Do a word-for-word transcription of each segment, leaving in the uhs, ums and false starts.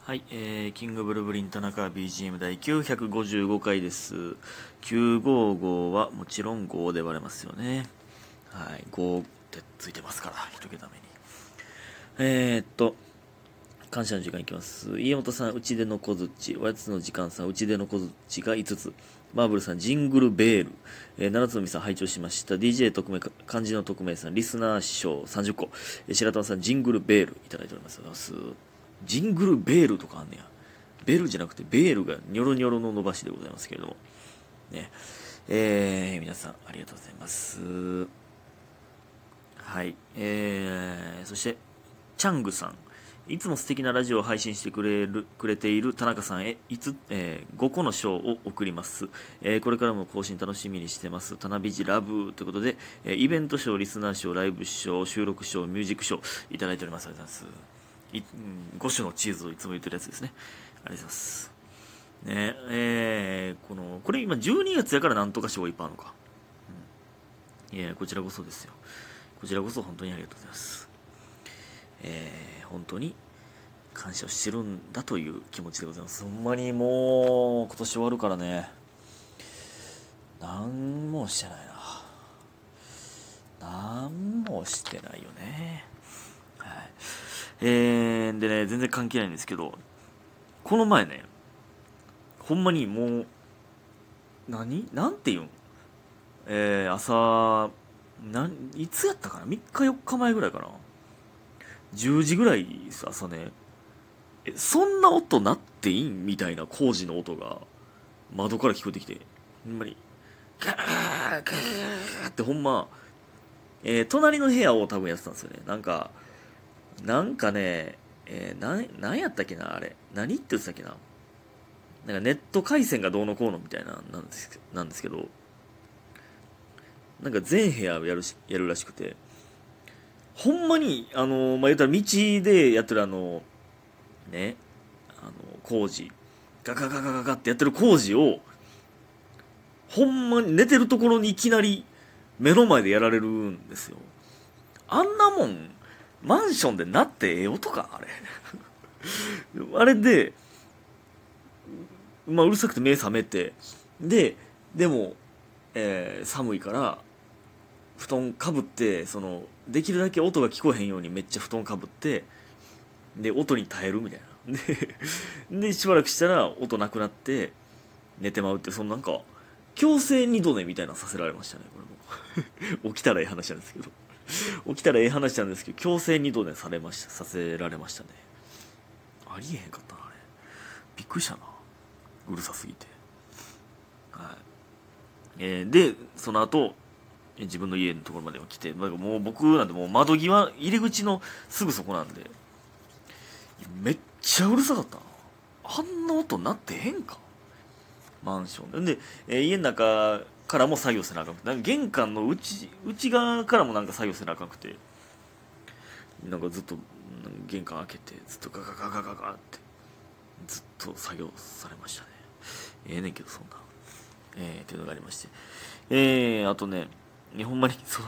はい、えー、キングブルブリン田中 ビージーエム 第きゅうひゃくごじゅうごかいです。きゅうごごはもちろんごで割れますよね。はい、ごってついてますから、一桁目に。えー、っと、感謝の時間いきます。家元さん、うちでの小槌。おやつの時間さん、うちでの小槌がいつつ。マーブルさん、ジングルベール。えー、七つのみさん、拝聴しました。ディージェー 特命、漢字の特命さん、リスナー賞さんじゅっこ。えー、白玉さん、ジングルベール。いただいております。ジングルベールとかあんねや。ベルじゃなくてベールがニョロニョロの伸ばしでございますけれども。ね。えー、皆さんありがとうございます。はい。えー、そして、チャングさん。いつも素敵なラジオを配信してくれる、くれている田中さんへ、いつ、えー、ごこの賞を送ります。えー、これからも更新楽しみにしてます。田辺ジラブということで、えー、イベント賞、リスナー賞、ライブ賞、収録賞、ミュージック賞、いただいております。ありがとうございます。いご種のチーズをいつも言ってるやつですね。ありがとうございます。ねえー、この、これ今じゅうにがつやからなんとか賞いっぱいあるのか。うん、いや、こちらこそですよ。こちらこそ本当にありがとうございます。えー、本当に感謝をしてるんだという気持ちでございます。ほんまにもう、今年終わるからね。なんもしてないな。なんもしてないよね。はい。えー、でね、全然関係ないんですけど、この前ね、ほんまにもう、何なんて言うんえー、朝、なん、いつやったかな ?みっ 日よっかまえぐらいかな ?じゅう 時ぐらいです朝ね。え、そんな音鳴っていいんみたいな工事の音が窓から聞こえてきて、ほんまに、ガーガーってほんま、えー、隣の部屋を多分やってたんですよね。なんか、なんかね、えー、なん、なんやったっけなあれ。何って言ってたっけななんかネット回線がどうのこうのみたいな、なんです、なんですけど、なんか全部屋やるし、やるらしくて、ほんまに、あの、まあ、言ったら道でやってるあの、ね、あの、工事、ガガガガガガってやってる工事を、ほんまに寝てるところにいきなり目の前でやられるんですよ。あんなもん、マンションでなってええ音かあれ。あれで、まあ、うるさくて目覚めて、で、でも、えー寒いから、布団かぶって、その、できるだけ音が聞こえへんようにめっちゃ布団かぶって、で、音に耐えるみたいな。で、で、しばらくしたら音なくなって、寝てまうって、そのなんか、強制二度寝みたいなのさせられましたね、これも。起きたらええ話なんですけど。起きたらええ話なんですけど、強制二度寝されました、させられましたね。ありえへんかったな、あれ。びっくりしたな。うるさすぎて。はい。えー、で、その後、自分の家のところまで来て、なんかもう僕なんてもう窓際、入り口のすぐそこなんで、めっちゃうるさかったな。あんな音なってへんかマンションで。で、えー家の中からも作業せなあかんくて、なんか玄関の内、内側からもなんか作業せなあかんくて、なんかずっと玄関開けて、ずっとガガガガガガって、ずっと作業されましたね。ええねんけど、そんな。えー、っていうのがありまして。えー、あとね、ほんまに、そう、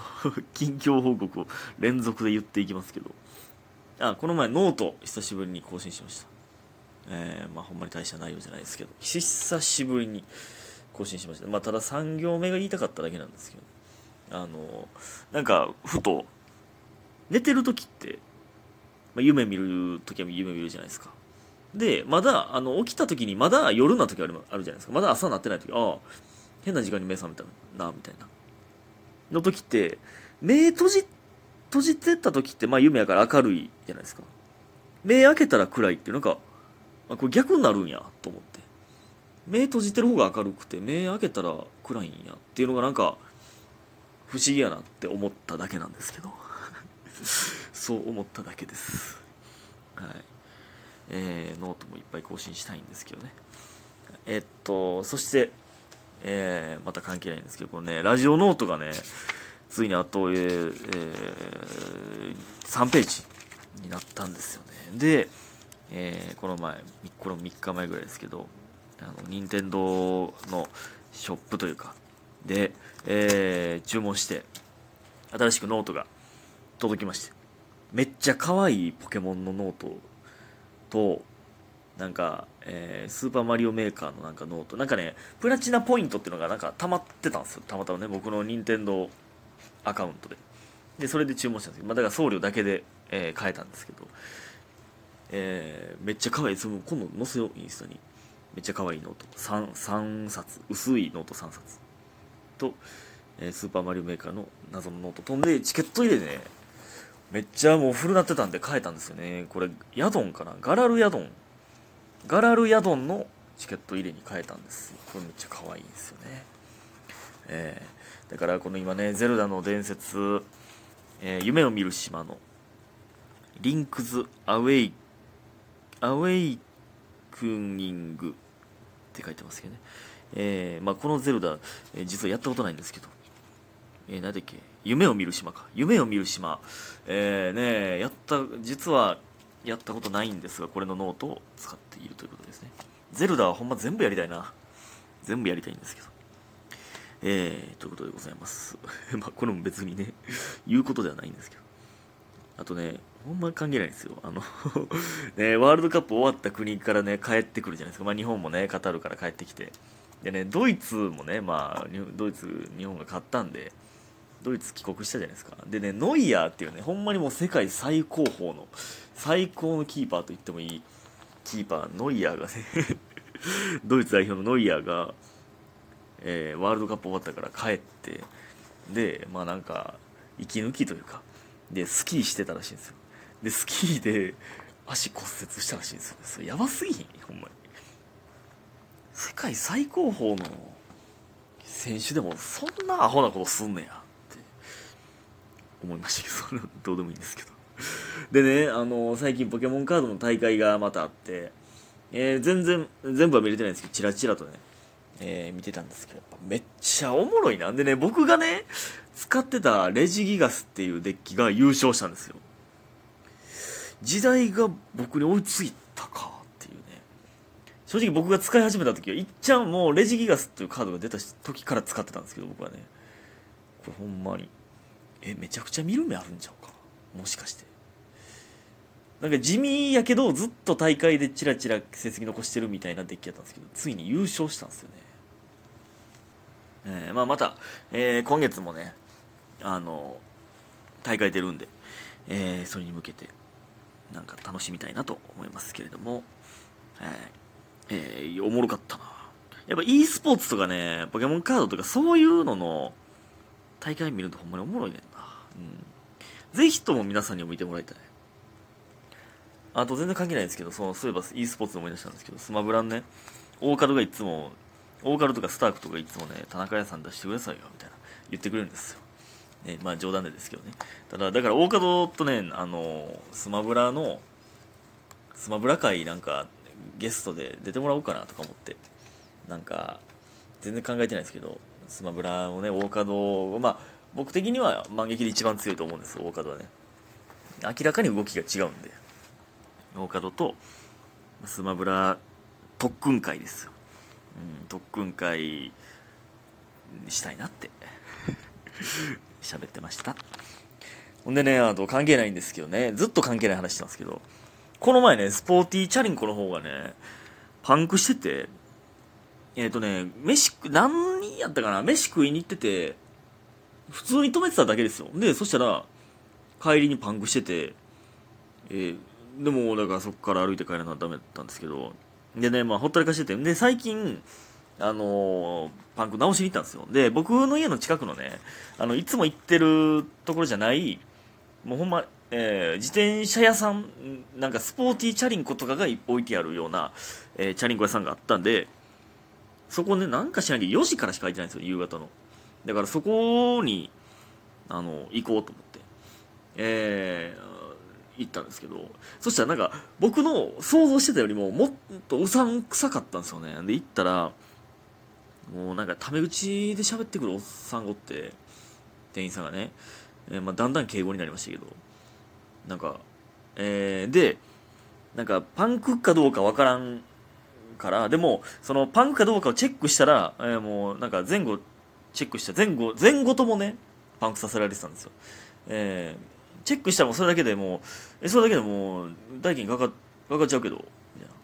近況報告を連続で言っていきますけど、あ、この前ノート久しぶりに更新しました。えー、まあほんまに大した内容じゃないですけど、久しぶりに更新しました。まあたださん行目が言いたかっただけなんですけど、あの、なんか、ふと、寝てる時って、まあ、夢見る時は夢見るじゃないですか。で、まだ、あの、起きた時にまだ夜な時あるあるじゃないですか。まだ朝なってない時、ああ、変な時間に目覚めたな、みたいな。の時って、目閉じ、閉じてた時って、まあ夢やから明るいじゃないですか。目開けたら暗いっていう、なんか、あ、これ逆になるんや、と思って。目閉じてる方が明るくて、目開けたら暗いんや、っていうのがなんか、不思議やなって思っただけなんですけど。そう思っただけです。はい。えー、ノートもいっぱい更新したいんですけどね。えっと、そして、えー、また関係ないんですけど、このね、ラジオノートがね、ついにあと、えーえー、さんページになったんですよね。で、えー、この前、このみっかまえぐらいですけど、あの、任天堂のショップというか、で、えー、注文して、新しくノートが届きまして、めっちゃ可愛いポケモンのノートと、 なんか、えースーパーマリオメーカーのなんかノート、なんかね、プラチナポイントっていうのがなんか溜まってたんですよ。たまたまね、僕の任天堂アカウントで。で、それで注文したんですけど、まあ、だから送料だけで、えー買えたんですけど、えーめっちゃ可愛い。その今度載せよう、インスタに。めっちゃ可愛いノート。さん、さんさつ。薄いノートさんさつ。と、えースーパーマリオメーカーの謎のノート飛んで、チケット入れね、めっちゃもうフルなってたんで買えたんですよね。これ、ヤドンかな、ガラルヤドン。ガラルヤドンのチケット入れに変えたんです。これめっちゃ可愛いんですよね。えー、だからこの今ね、ゼルダの伝説、えー夢を見る島のリンクズ・アウェイ、アウェイクニングって書いてますけどね。えーまあ、このゼルダ、えー実はやったことないんですけど、えー、何だっけ、夢を見る島か。夢を見る島。えー、ねやった、実はやったことないんですが、これのノートを使っているということですね。ゼルダはほんま全部やりたいな。全部やりたいんですけど。えー、ということでございます。まあ、これも別にね、言うことではないんですけど。あとね、ほんま関係ないんですよ。あのね、ワールドカップ終わった国からね、帰ってくるじゃないですか。まあ、日本もね、カタールから帰ってきて。でね、ドイツもね、まあ、ドイツ、日本が勝ったんで、ドイツ帰国したじゃないですか。でね、ノイアーっていうね、ほんまにもう世界最高峰の、最高のキーパーと言ってもいいキーパー、ノイアーがねドイツ代表のノイアーが、えーワールドカップ終わったから帰って、で、まあなんか、息抜きというか、で、スキーしてたらしいんですよ。で、スキーで足骨折したらしいんですよね。それやばすぎひんほんまに。世界最高峰の選手でもそんなアホなことすんねやって思いましたけど、それはどうでもいいんですけど。でね、あの最近ポケモンカードの大会がまたあって、えー全然、全部は見れてないんですけど、チラチラとね、えー見てたんですけど、やっぱめっちゃおもろいな。でね、僕がね、使ってたレジギガスっていうデッキが優勝したんですよ。時代が僕に追いついたかっていうね。正直僕が使い始めた時は、いっちゃんもうレジギガスっていうカードが出た時から使ってたんですけど、僕はね。これほんまに。え、めちゃくちゃ見る目あるんちゃうか。もしかして。なんか地味やけど、ずっと大会でチラチラ成績残してるみたいなデッキやったんですけど、ついに優勝したんですよね。えー、まあまた、えー今月もね、あの、大会出るんで、えーそれに向けて、なんか楽しみたいなと思いますけれども、えーえーおもろかったな。やっぱ e スポーツとかね、ポケモンカードとかそういうのの大会見るとほんまにおもろいねんな。うん。ぜひとも皆さんにも見てもらいたい。あと全然関係ないんですけど、そのそういえば e スポーツで思い出したんですけど、スマブランね、大門がいつも、大門とかスタークとかいつもね、田中屋さん出してくださいよ、みたいな言ってくれるんですよ。ね、まあ冗談でですけどね。ただ、だから大門とね、あの、スマブラの、スマブラ会なんかゲストで出てもらおうかなとか思って、なんか、全然考えてないですけど、スマブラをね、大門、まあ、僕的には満撃で一番強いと思うんです、大門はね。明らかに動きが違うんで。大門とスマブラ特訓会ですよ、うん、特訓会したいなって喋ってました。ほんでね、あと関係ないんですけどね、ずっと関係ない話してますけど、この前ね、スポーティーチャリンコの方がね、パンクしてて、えっ、ー、とね、飯、何やったかな、飯食いに行ってて、普通に止めてただけですよ。で、そしたら、帰りにパンクしてて、えー、でも、だからそこから歩いて帰らなダメだったんですけど、でね、まあ、ほったりかしてて、で、最近、あのーパンク直しに行ったんですよ。で、僕の家の近くのね、あの、いつも行ってるところじゃない、もうほんま、えー自転車屋さん、なんかスポーティーチャリンコとかが置いてあるような、えーチャリンコ屋さんがあったんで、そこね、なんか知らんけど、よじからしか空いてないんですよ、夕方の。だからそこに、あの、行こうと思って。えー行ったんですけど、そしたらなんか僕の想像してたよりももっとうさんくさかったんですよね。で行ったらもうなんかタメ口で喋ってくるおっさんがおって、店員さんがね、えーまあ、だんだん敬語になりましたけど、なんか、えー、でなんかパンクかどうかわからんから、でもそのパンクかどうかをチェックしたら、えーもうなんか前後チェックした前後前後ともねパンクさせられてたんですよ。えーチェックしたらもうそれだけでもう、え、それだけでもう、代金かか、かかっちゃうけど、みたいな。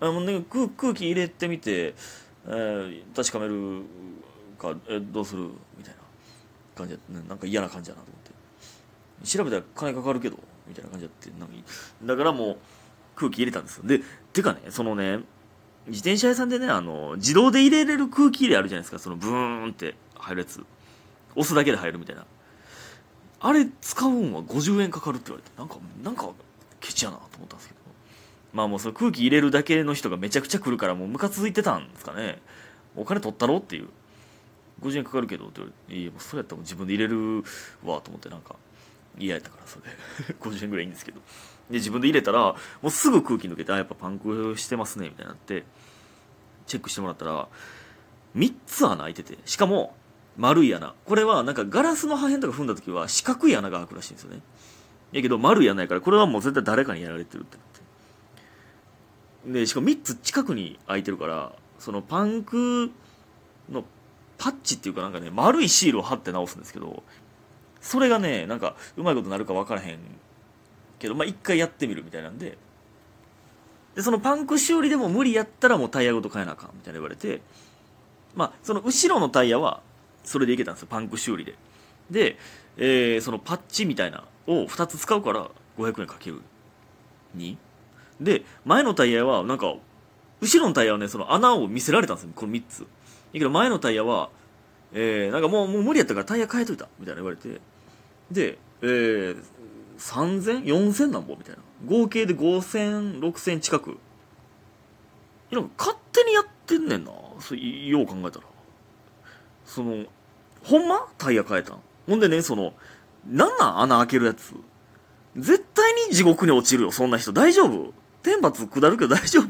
あの、ね、空空気入れてみて、えー、確かめるか、えどうするみたいな感じで、ね、なんか嫌な感じだなと思って調べたら金かかるけどみたいな感じだってなんかだからもう空気入れたんですよ。でてかね、そのね自転車屋さんでね、あの自動で入れれる空気入れあるじゃないですか。そのブーンって入るやつ、押すだけで入るみたいな、あれ使うんはごじゅうえんかかるって言われて、なんかなんかケチやなと思ったんですけど、まあもうその空気入れるだけの人がめちゃくちゃ来るからもうムカついてたんですかね。お金取ったろっていう、ごじゅうえんかかるけどって言われて、いやもうそれやったら自分で入れるわと思って、なんか嫌やったからそれでごじゅうえんぐらいいいんですけど、で自分で入れたらもうすぐ空気抜けて、あやっぱパンクしてますねみたいになってチェックしてもらったらみっつ穴開いてて、しかも丸い穴。これはなんかガラスの破片とか踏んだ時は四角い穴が開くらしいんですよね。やけど丸い穴やから、これはもう絶対誰かにやられてるってなって、でしかもみっつ近くに開いてるから、そのパンクのパッチっていうかなんかね、丸いシールを貼って直すんですけど、それがねなんかうまいことなるか分からへんけど、まあ一回やってみるみたいなんで、でそのパンク修理でも無理やったらもうタイヤごと変えなあかんみたいな言われて、まあその後ろのタイヤはそれでいけたんですよ、パンク修理で。で、えー、そのパッチみたいなをふたつ使うからごひゃくえんかけるにで、前のタイヤはなんか後ろのタイヤはね、その穴を見せられたんですよ、このみっつ。だけど前のタイヤは、えー、なんかもうもう無理やったからタイヤ変えといたみたいな言われて、で、えー、さんぜんよんせんなんぼみたいな、合計でごせんろくせん近く、いやなんか勝手にやってんねんな、そよう考えたら。そのほんまタイヤ変えたん。ほんでね、そのなんなん穴開けるやつ、絶対に地獄に落ちるよそんな人。大丈夫？天罰下るけど大丈夫？